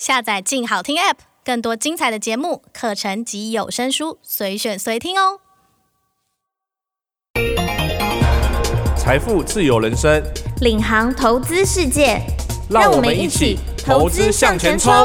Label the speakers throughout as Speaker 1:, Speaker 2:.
Speaker 1: 下载静好听 App， 更多精彩的节目、课程及有声书，随选随听哦。
Speaker 2: 财富自由人生，
Speaker 3: 领航投资世界，
Speaker 2: 让我们一起投资向前冲。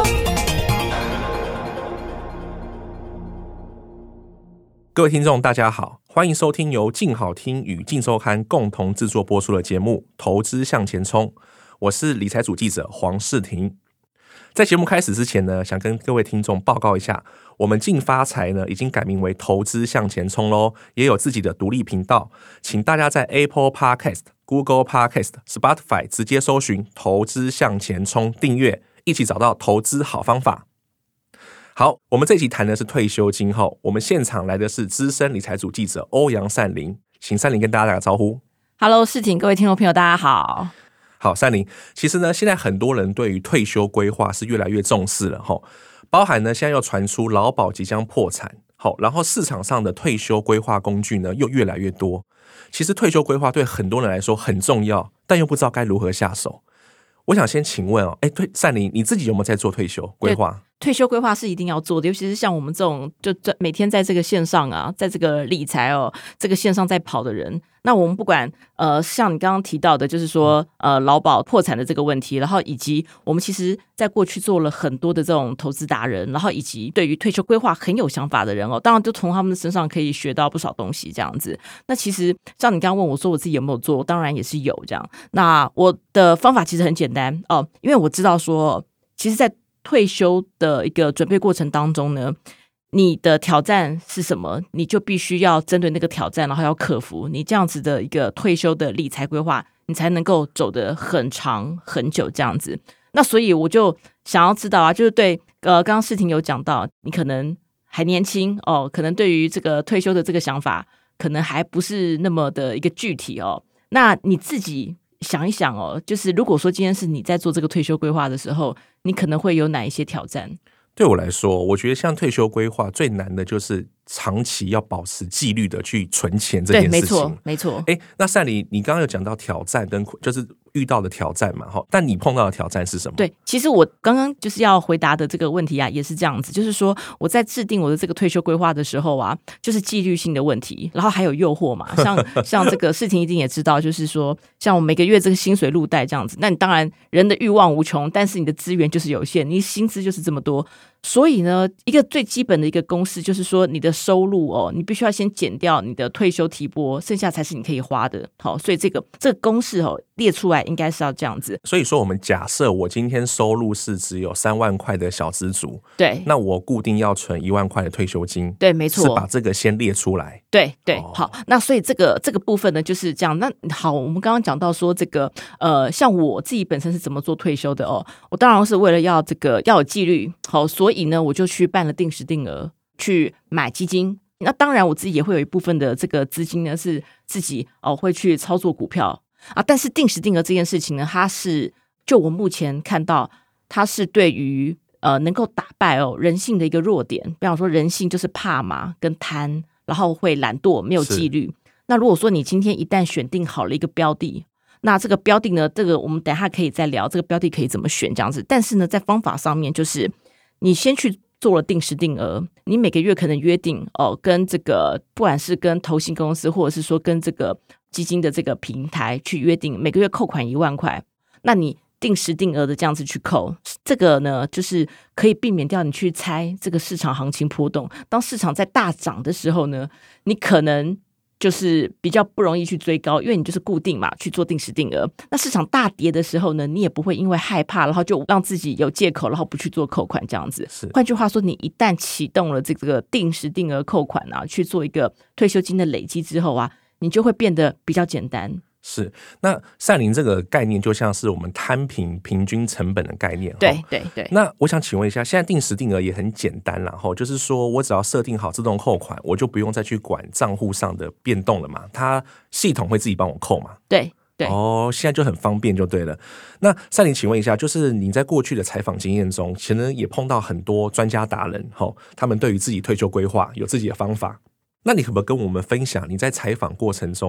Speaker 2: 各位听众大家好，欢迎收听由静好听与静周刊共同制作播出的节目《投资向前冲》，我是理财组记者黄世廷。在节目开始之前呢，想跟各位听众报告一下，我们静发财呢已经改名为投资向前冲咯，也有自己的独立频道，请大家在 Apple Podcast、Google Podcast、Spotify 直接搜寻投资向前冲订阅，一起找到投资好方法。好，我们这集谈的是退休金后，我们现场来的是资深理财组记者欧阳善玲，请善玲跟大家打个招呼。
Speaker 4: Hello， 世廷，各位听众朋友，大家好。
Speaker 2: 好，善玲，其实呢，现在很多人对于退休规划是越来越重视了齁，包含呢，现在又传出劳保即将破产，好，然后市场上的退休规划工具呢又越来越多。其实退休规划对很多人来说很重要，但又不知道该如何下手。我想先请问善玲，你自己有没有在做退休规划？
Speaker 4: 退休规划是一定要做的，尤其是像我们这种就每天在这个线上啊，在这个理财这个线上在跑的人，那我们不管像你刚刚提到的，就是说劳保破产的这个问题，然后以及我们其实在过去做了很多的这种投资达人，然后以及对于退休规划很有想法的人当然就从他们的身上可以学到不少东西这样子。那其实像你刚刚问我说我自己有没有做，当然也是有这样。那我的方法其实很简单因为我知道说其实在退休的一个准备过程当中呢，你的挑战是什么，你就必须要针对那个挑战，然后要克服。你这样子的一个退休的理财规划，你才能够走得很长很久这样子。那所以我就想要知道啊，就是对刚刚世廷有讲到，你可能还年轻可能对于这个退休的这个想法可能还不是那么的一个具体那你自己想一想就是如果说今天是你在做这个退休规划的时候，你可能会有哪一些挑战？
Speaker 2: 对我来说，我觉得像退休规划最难的就是长期要保持纪律的去存钱这件事情。
Speaker 4: 对，没错。
Speaker 2: 那善玲，你刚刚有讲到挑战跟就是遇到的挑战嘛，但你碰到的挑战是什么？
Speaker 4: 对，其实我刚刚就是要回答的这个问题啊，也是这样子，就是说我在制定我的这个退休规划的时候啊，就是纪律性的问题，然后还有诱惑嘛，像这个事情一定也知道，就是说像我每个月这个薪水入袋这样子，那你当然人的欲望无穷，但是你的资源就是有限，你薪资就是这么多。所以呢，一个最基本的一个公式就是说，你的收入你必须要先减掉你的退休提拨，剩下才是你可以花的。好，所以这个公式列出来应该是要这样子。
Speaker 2: 所以说，我们假设我今天收入是只有3万块的小资族，
Speaker 4: 对，
Speaker 2: 那我固定要存1万块的退休金，
Speaker 4: 对，没错，
Speaker 2: 是把这个先列出来。
Speaker 4: 对，好，那所以这个部分呢就是这样。那好，我们刚刚讲到说这个像我自己本身是怎么做退休的我当然是为了要有纪律，好，所以呢我就去办了定时定额去买基金。那当然我自己也会有一部分的这个资金呢是自己会去操作股票但是定时定额这件事情呢，它是就我目前看到它是对于能够打败人性的一个弱点。比方说人性就是怕嘛跟贪，然后会懒惰没有纪律。那如果说你今天一旦选定好了一个标的，那这个标的呢，这个我们等一下可以再聊这个标的可以怎么选这样子。但是呢在方法上面就是你先去做了定时定额，你每个月可能约定跟这个不管是跟投信公司或者是说跟这个基金的这个平台去约定每个月扣款1万块，那你定时定额的这样子去扣，这个呢就是可以避免掉你去猜这个市场行情波动。当市场在大涨的时候呢，你可能就是比较不容易去追高，因为你就是固定嘛去做定时定额。那市场大跌的时候呢，你也不会因为害怕然后就让自己有借口然后不去做扣款这样子。换句话说，你一旦启动了这个定时定额扣款去做一个退休金的累积之后你就会变得比较简单。
Speaker 2: 是，那善玲这个概念就像是我们摊平平均成本的概念。
Speaker 4: 对。
Speaker 2: 那我想请问一下，现在定时定额也很简单啦，就是说我只要设定好自动扣款，我就不用再去管账户上的变动了嘛，它系统会自己帮我扣嘛。
Speaker 4: 对。
Speaker 2: 现在就很方便就对了。那善玲请问一下，就是你在过去的采访经验中，可能也碰到很多专家达人他们对于自己退休规划有自己的方法，那你可不可以跟我们分享你在采访过程中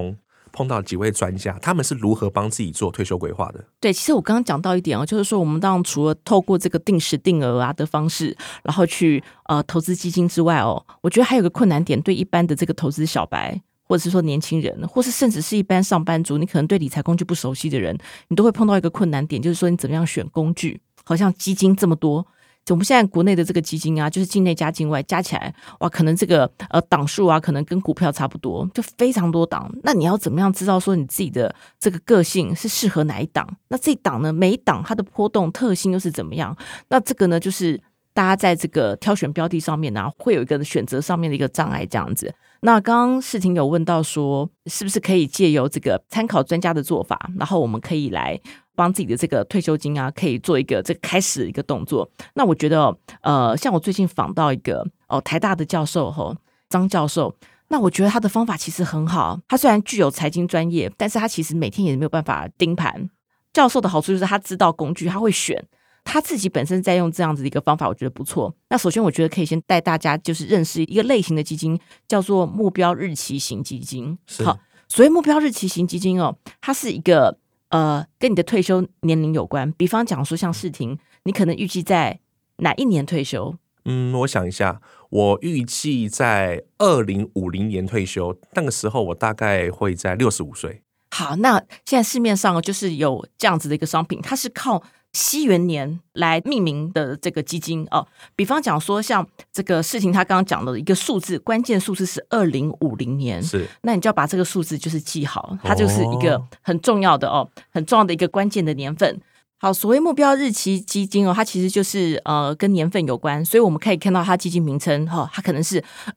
Speaker 2: 碰到几位专家，他们是如何帮自己做退休规划的？
Speaker 4: 对，其实我刚刚讲到一点哦，就是说我们当然除了透过这个定时定额啊的方式，然后去投资基金之外哦，我觉得还有个困难点，对一般的这个投资小白，或者是说年轻人，或是甚至是一般上班族，你可能对理财工具不熟悉的人，你都会碰到一个困难点，就是说你怎么样选工具。好像基金这么多，我们现在国内的这个基金啊，就是境内加境外加起来，哇，可能这个档数啊，可能跟股票差不多，就非常多档。那你要怎么样知道说你自己的这个个性是适合哪一档？那这一档呢，每一档它的波动特性又是怎么样？那这个呢，就是大家在这个挑选标的上面呢，会有一个选择上面的一个障碍这样子。那刚刚世婷有问到说，是不是可以借由这个参考专家的做法，然后我们可以来帮自己的这个退休金啊，可以做一个这个开始的一个动作。那我觉得像我最近访到一个台大的教授张教授，那我觉得他的方法其实很好。他虽然具有财经专业，但是他其实每天也没有办法盯盘。教授的好处就是他知道工具，他会选。他自己本身在用这样子的一个方法，我觉得不错。那首先我觉得可以先带大家就是认识一个类型的基金，叫做目标日期型基金。好，所谓目标日期型基金它是一个跟你的退休年龄有关。比方讲说像世婷，你可能预计在哪一年退休？
Speaker 2: 我想一下，我预计在2050年退休，那个时候我大概会在65岁。
Speaker 4: 好，那现在市面上就是有这样子的一个商品，它是靠西元年来命名的这个基金比方讲说像这个世婷他刚刚讲的一个数字，关键数字是2050年，
Speaker 2: 是，
Speaker 4: 那你就要把这个数字就是记好，它就是一个很重要的很重要的一个关键的年份。好，所谓目标日期基金它其实就是跟年份有关，所以我们可以看到它基金名称它可能是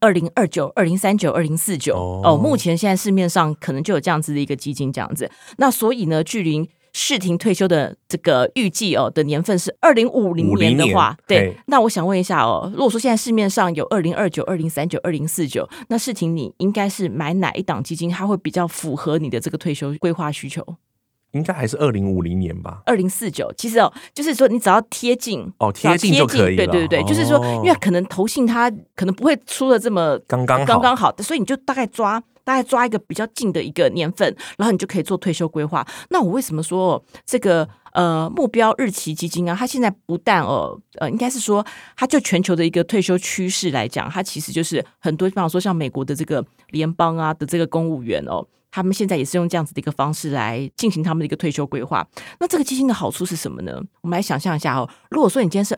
Speaker 4: 2029、2039、2049目前现在市面上可能就有这样子的一个基金这样子。那所以呢，距离世婷退休的这个预计的年份是2050年的话，对，那我想问一下如果说现在市面上有2029、2039、2049，那世婷你应该是买哪一档基金，它会比较符合你的这个退休规划需求？
Speaker 2: 应该还是2050年吧。
Speaker 4: 2049其实就是说你只要贴近
Speaker 2: 贴近就可以了。
Speaker 4: 对，就是说因为可能投信它可能不会出的这么刚刚好，所以你就大概抓一个比较近的一个年份，然后你就可以做退休规划。那我为什么说这个目标日期基金啊，它现在不但应该是说它就全球的一个退休趋势来讲，它其实就是很多比方说像美国的这个联邦啊的这个公务员他们现在也是用这样子的一个方式来进行他们的一个退休规划。那这个基金的好处是什么呢？我们来想象一下如果说你今天是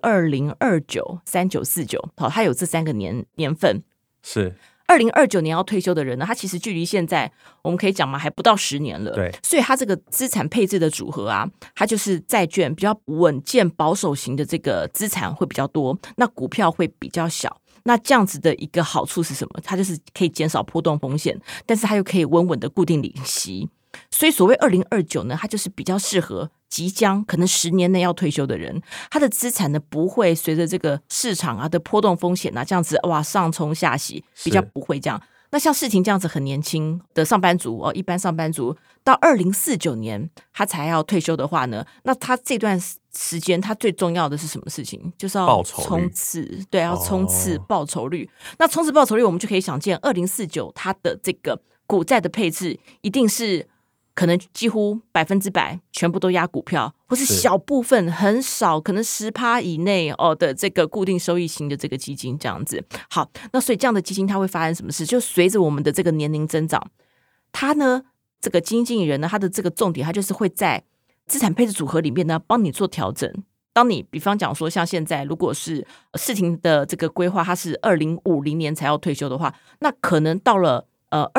Speaker 4: 2029、39、49，它有这3个年份，是2029年要退休的人呢，他其实距离现在我们可以讲嘛，还不到10年了。对，所以他这个资产配置的组合啊，它就是债券比较稳健保守型的这个资产会比较多，那股票会比较小。那这样子的一个好处是什么？它就是可以减少波动风险，但是它又可以稳稳的固定利息。所以所谓2029呢，它就是比较适合即将可能10年内要退休的人，他的资产呢不会随着这个市场啊的波动风险啊这样子上冲下洗，比较不会这样。那像世婷这样子很年轻的上班族一般上班族到2049年他才要退休的话呢，那他这段时间他最重要的是什么事情？就是要冲刺，对，要冲刺报酬率。那冲刺报酬率，我们就可以想见2049它的这个股债的配置一定是可能几乎100%全部都押股票，或是小部分很少可能10%以内的这个固定收益型的这个基金这样子。好，那所以这样的基金它会发生什么事？就随着我们的这个年龄增长，它呢这个基金经理人呢，他的这个重点，他就是会在资产配置组合里面呢帮你做调整。当你比方讲说像现在如果是世婷的这个规划，它是2050年才要退休的话，那可能到了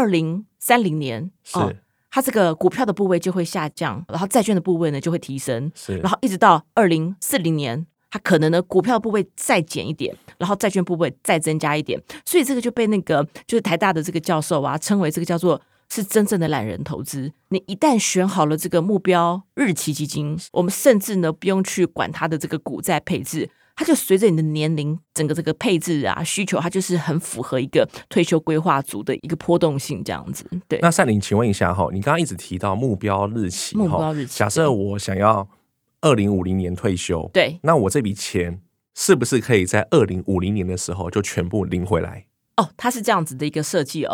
Speaker 4: 2030年它这个股票的部位就会下降，然后债券的部位呢就会提升，然后一直到2040年它可能呢股票部位再减一点，然后债券部位再增加一点。所以这个就被那个就是台大的这个教授称为这个叫做是真正的懒人投资。你一旦选好了这个目标日期基金，我们甚至呢不用去管它的这个股债配置，它就随着你的年龄整个这个配置需求，它就是很符合一个退休规划组的一个波动性这样子。对，
Speaker 2: 那善玲请问一下你刚刚一直提到目标日期，假设我想要2050年退休，对，那我这笔钱是不是可以在2050年的时候就全部领回来？
Speaker 4: 它是这样子的一个设计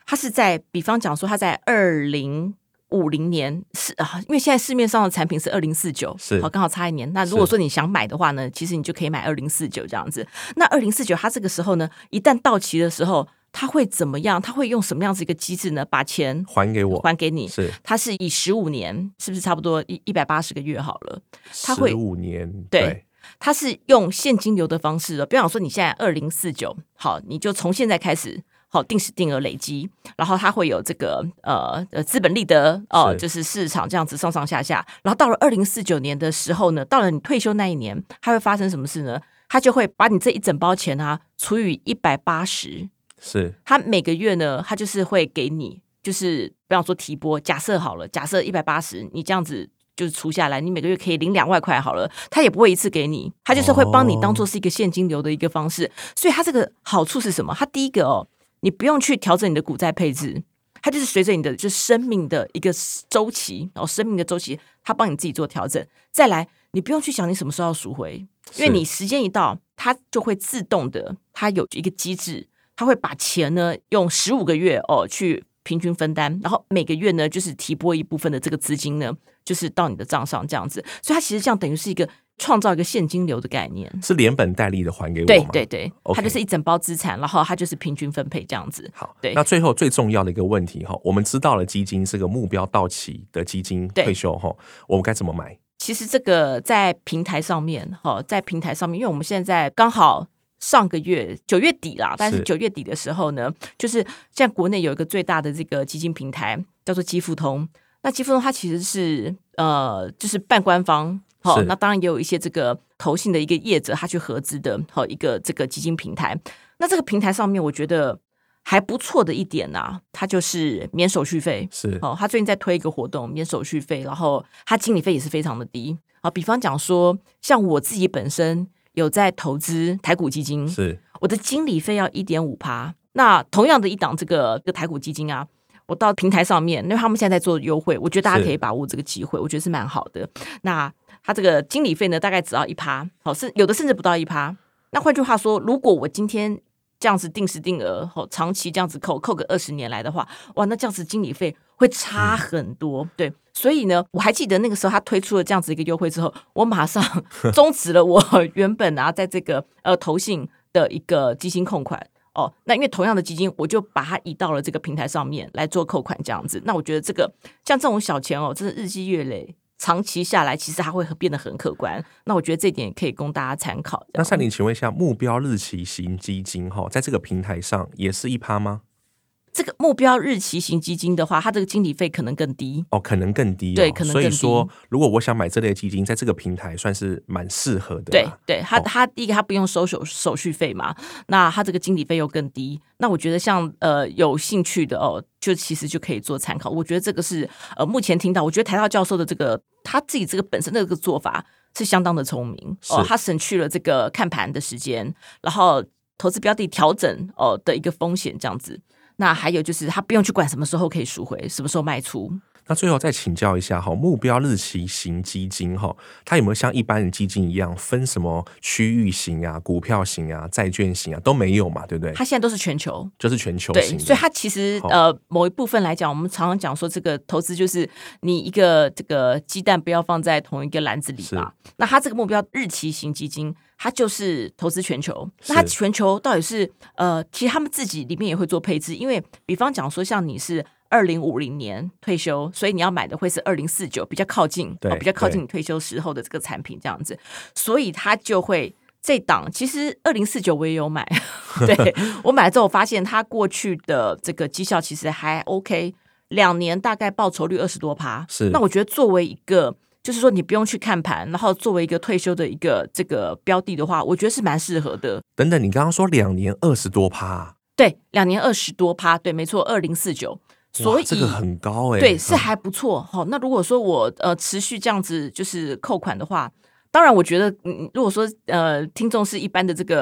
Speaker 4: 它是在比方讲说它在2050年因为现在市面上的产品是2049，
Speaker 2: 是
Speaker 4: 好刚好差1年。那如果说你想买的话呢，其实你就可以买2049这样子。那2049它这个时候呢，一旦到期的时候，它会怎么样？它会用什么样子一个机制呢？把钱
Speaker 2: 还给你，
Speaker 4: 是它是以15年，是不是差不多180个月好了？它会
Speaker 2: 15年，
Speaker 4: 对。它是用现金流的方式的，比方说你现在2049，好，你就从现在开始，好定时定额累积，然后它会有这个资本利得就是市场这样子上上下下，然后到了2049年的时候呢，到了你退休那一年，它会发生什么事呢？它就会把你这一整包钱啊除以180，
Speaker 2: 是
Speaker 4: 它每个月呢，它就是会给你，就是比方说提拨，假设好了，假设180，你这样子。就是除下来，你每个月可以领2万块好了，他也不会一次给你，他就是会帮你当做是一个现金流的一个方式。所以它这个好处是什么？它第一个你不用去调整你的股债配置，它就是随着你的就是生命的一个周期，生命的周期，它帮你自己做调整。再来，你不用去想你什么时候要赎回，因为你时间一到，它就会自动的，它有一个机制，它会把钱呢用15个月去平均分担，然后每个月呢就是提拨一部分的这个资金呢，就是到你的账上这样子，所以它其实这样等于是一个创造一个现金流的概念，
Speaker 2: 是连本带利的还给我吗？
Speaker 4: 对对，它就是一整包资产，然后它就是平均分配这样子。
Speaker 2: 好，
Speaker 4: 对。
Speaker 2: 那最后最重要的一个问题我们知道了基金是个目标到期的基金退休我们该怎么买？
Speaker 4: 其实这个在平台上面，因为我们现在刚好上个月9月底啦，但是9月底的时候呢，就是现在国内有一个最大的这个基金平台叫做基富通。那基富通它其实是就是半官方，那当然也有一些这个投信的一个业者他去合资的一个这个基金平台。那这个平台上面我觉得还不错的一点啊，它就是免手续费，
Speaker 2: 是
Speaker 4: 他最近在推一个活动免手续费，然后它经理费也是非常的低啊。比方讲说，像我自己本身有在投资台股基金，
Speaker 2: 是
Speaker 4: 我的经理费要 1.5%。那同样的一档这个台股基金啊，我到平台上面，因为他们现在在做优惠，我觉得大家可以把握这个机会，我觉得是蛮好的。那他这个经理费呢，大概只要 1%， 有的甚至不到 1%。那换句话说，如果我今天这样子定时定额长期这样子扣个20年来的话，哇，那这样子经理费会差很多。对，所以呢，我还记得那个时候他推出了这样子一个优惠之后，我马上终止了我原本在这个投信的一个基金控款。那因为同样的基金，我就把它移到了这个平台上面来做扣款这样子。那我觉得这个像这种小钱真的日积月累，长期下来其实它会变得很可观。那我觉得这一点也可以供大家参考。
Speaker 2: 那善玲，请问一下，目标日期型基金在这个平台上也是1%吗？
Speaker 4: 这个目标日期型基金的话，它这个经理费可能更低
Speaker 2: 可能更低
Speaker 4: 对，可能更低。
Speaker 2: 所以说，如果我想买这类基金，在这个平台算是蛮适合的。
Speaker 4: 对，它第一个它不用收手续费嘛，那它这个经理费又更低。那我觉得像有兴趣的就其实就可以做参考。我觉得这个是目前听到，我觉得台大教授的这个他自己这个本身的这个做法是相当的聪明他省去了这个看盘的时间，然后投资标的调整的一个风险这样子。那还有就是他不用去管什么时候可以赎回，什么时候卖出。
Speaker 2: 那最后再请教一下目标日期型基金它有没有像一般的基金一样分什么区域型啊、股票型啊、债券型啊，都没有嘛，对不对？
Speaker 4: 它现在都是全球，
Speaker 2: 就是全球型的。
Speaker 4: 对，所以它其实某一部分来讲，我们常常讲说这个投资就是你一个这个鸡蛋不要放在同一个篮子里嘛。那它这个目标日期型基金，它就是投资全球。那它全球到底是其实他们自己里面也会做配置，因为比方讲说像你是2050年退休，所以你要买的会是2049，比较靠近，比较靠近你退休时候的这个产品这样子，所以它就会这档。其实2049我也有买，对我买了之后，我发现它过去的这个绩效其实还 OK，2年大概报酬率20多%。
Speaker 2: 是，那
Speaker 4: 我觉得作为一个就是说你不用去看盘，然后作为一个退休的一个这个标的的话，我觉得是蛮适合的。
Speaker 2: 等等，你刚刚说2年20多%，
Speaker 4: 对，2年20多%，对，没错2049。所以
Speaker 2: 这个很高
Speaker 4: 对，是还不错。那如果说我持续这样子就是扣款的话，当然我觉得如果说听众是一般的这个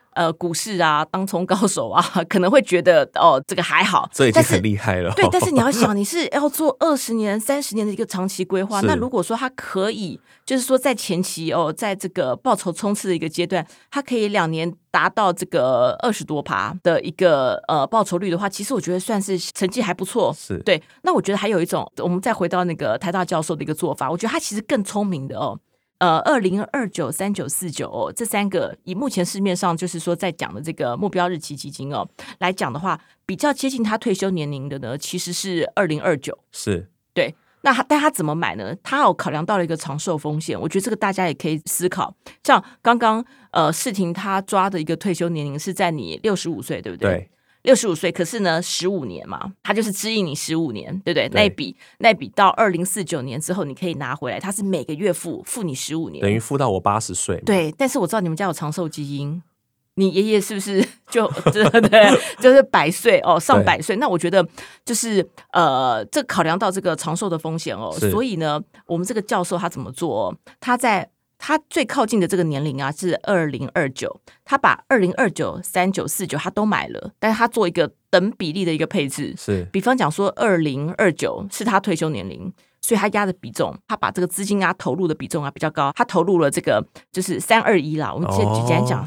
Speaker 4: 股市啊，当冲高手啊，可能会觉得这个还好，
Speaker 2: 这已经很厉害了。
Speaker 4: 对，但是你要想，你是要做20年、30年的一个长期规划，那如果说他可以，就是说在前期在这个报酬冲刺的一个阶段，他可以2年达到这个20多%的一个报酬率的话，其实我觉得算是成绩还不错。
Speaker 2: 是
Speaker 4: 对。那我觉得还有一种，我们再回到那个台大教授的一个做法，我觉得他其实更聪明的2029、39、49这3个，以目前市面上就是说在讲的这个目标日期基金来讲的话，比较接近他退休年龄的呢，其实是2029。
Speaker 2: 是，
Speaker 4: 对。那但他怎么买呢？他有考量到了一个长寿风险，我觉得这个大家也可以思考。像刚刚世廷他抓的一个退休年龄是在你65岁，对不对？对。65岁，可是呢15年嘛，它就是支应你15年，对不对？那一笔到2049年之后你可以拿回来，它是每个月付你15年，
Speaker 2: 等于付到我80岁。
Speaker 4: 对，但是我知道你们家有长寿基因，你爷爷是不是就对，就是100岁上100岁？那我觉得就是这考量到这个长寿的风险所以呢，我们这个教授他怎么做？他最靠近的这个年龄啊是2029，他把2029、39、49他都买了，但是他做一个等比例的一个配置，
Speaker 2: 是，比
Speaker 4: 方讲说2029是他退休年龄，所以他压的比重，他把这个资金投入的比重比较高，他投入了这个就是321啦，我们简单讲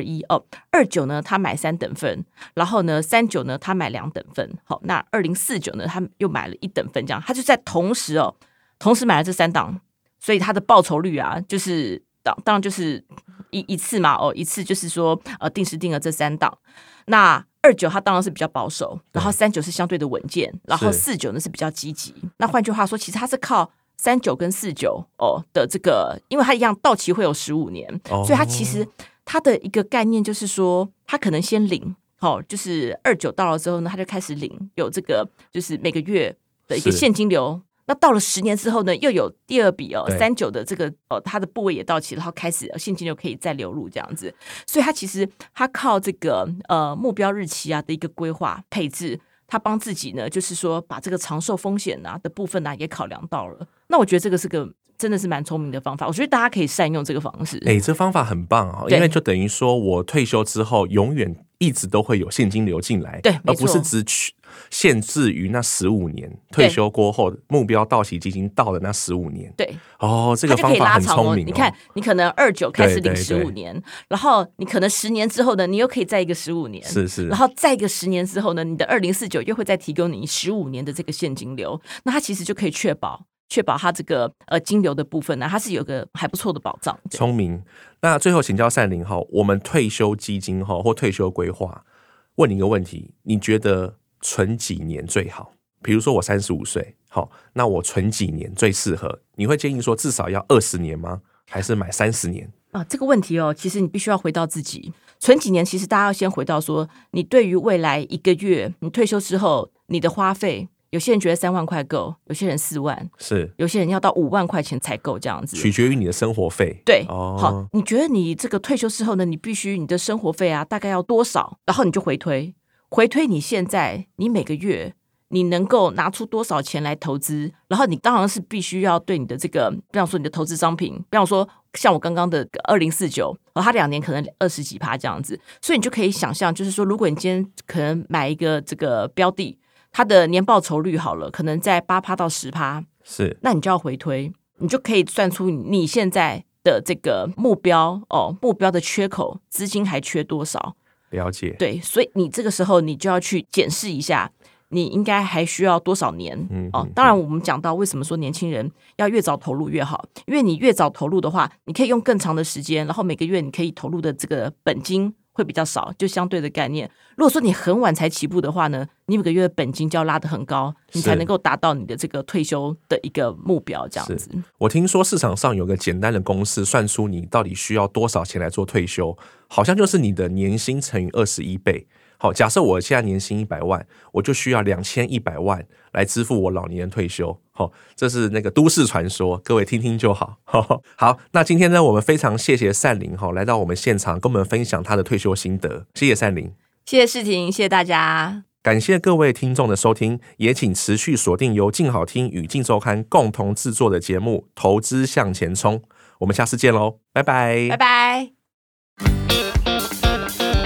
Speaker 4: 32129呢他买3等份，然后呢39呢他买2等份，好，那2049呢他又买了1等份，这样他就在同时买了这3档。所以它的报酬率啊，就是当然就是一次嘛，一次就是说定时定额这3档。那29它当然是比较保守，然后39是相对的稳健，然后49呢是比较积极。那换句话说，其实它是靠39跟49的这个，因为它一样到期会有15年，所以它其实它的一个概念就是说，它可能先领，就是29到了之后呢，它就开始领有这个就是每个月的一个现金流。那到了10年之后呢，又有第2笔39的这个它的部位也到期了，然后开始现金流可以再流入这样子，所以它其实它靠这个目标日期啊的一个规划配置，它帮自己呢就是说把这个长寿风险啊的部分啊也考量到了。那我觉得这个是个真的是蛮聪明的方法，我觉得大家可以善用这个方式。
Speaker 2: 这方法很棒因为就等于说我退休之后永远一直都会有现金流进来，
Speaker 4: 对，
Speaker 2: 而不是只限制于那15年，退休过后目标到期基金到了那15年。
Speaker 4: 对，
Speaker 2: 这个方法很聪明。
Speaker 4: 你看，你可能29开始领15年，然后你可能10年之后呢，你又可以再一个15年，
Speaker 2: 是，
Speaker 4: 然后再一个10年之后呢，你的2049又会再提供你15年的这个现金流，那它其实就可以确保它这个金流的部分呢，它是有个还不错的保障。
Speaker 2: 聪明。那最后请教善玲我们退休基金或退休规划，问你一个问题，你觉得存几年最好？比如说我35岁，那我存几年最适合？你会建议说至少要20年吗？还是买30年？
Speaker 4: 这个问题其实你必须要回到自己存几年。其实大家要先回到说，你对于未来1个月，你退休之后你的花费，有些人觉得3万块够，有些人4万，
Speaker 2: 是
Speaker 4: 有些人要到5万块钱才够，这样子
Speaker 2: 取决于你的生活费。
Speaker 4: 对，好，你觉得你这个退休之后呢，你必须你的生活费大概要多少？然后你就回推你现在你每个月你能够拿出多少钱来投资，然后你当然是必须要对你的这个，比方说你的投资商品，比方说像我刚刚的2049，它2年可能20几%这样子，所以你就可以想象，就是说如果你今天可能买一个这个标的，它的年报酬率好了，可能在8%到10%，
Speaker 2: 是，
Speaker 4: 那你就要回推，你就可以算出你现在的这个目标的缺口，资金还缺多少。
Speaker 2: 了解。
Speaker 4: 对，所以你这个时候你就要去检视一下，你应该还需要多少年。当然我们讲到为什么说年轻人要越早投入越好，因为你越早投入的话，你可以用更长的时间，然后每个月你可以投入的这个本金会比较少，就相对的概念。如果说你很晚才起步的话呢，你每个月的本金就要拉得很高，你才能够达到你的这个退休的一个目标，这样子。
Speaker 2: 我听说市场上有个简单的公式，算出你到底需要多少钱来做退休，好像就是你的年薪乘以21倍。好，假设我现在年薪100万，我就需要2100万来支付我老年退休。这是那个都市传说，各位听听就好。好，那今天呢，我们非常谢谢善玲来到我们现场，跟我们分享她的退休心得。谢谢善玲，
Speaker 4: 谢谢世廷，谢谢大家。
Speaker 2: 感谢各位听众的收听，也请持续锁定由静好听与静周刊共同制作的节目《投资向前冲》。我们下次见喽，拜拜，
Speaker 4: 拜拜。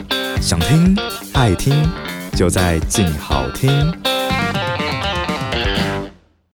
Speaker 5: 想听爱听，就在静好听。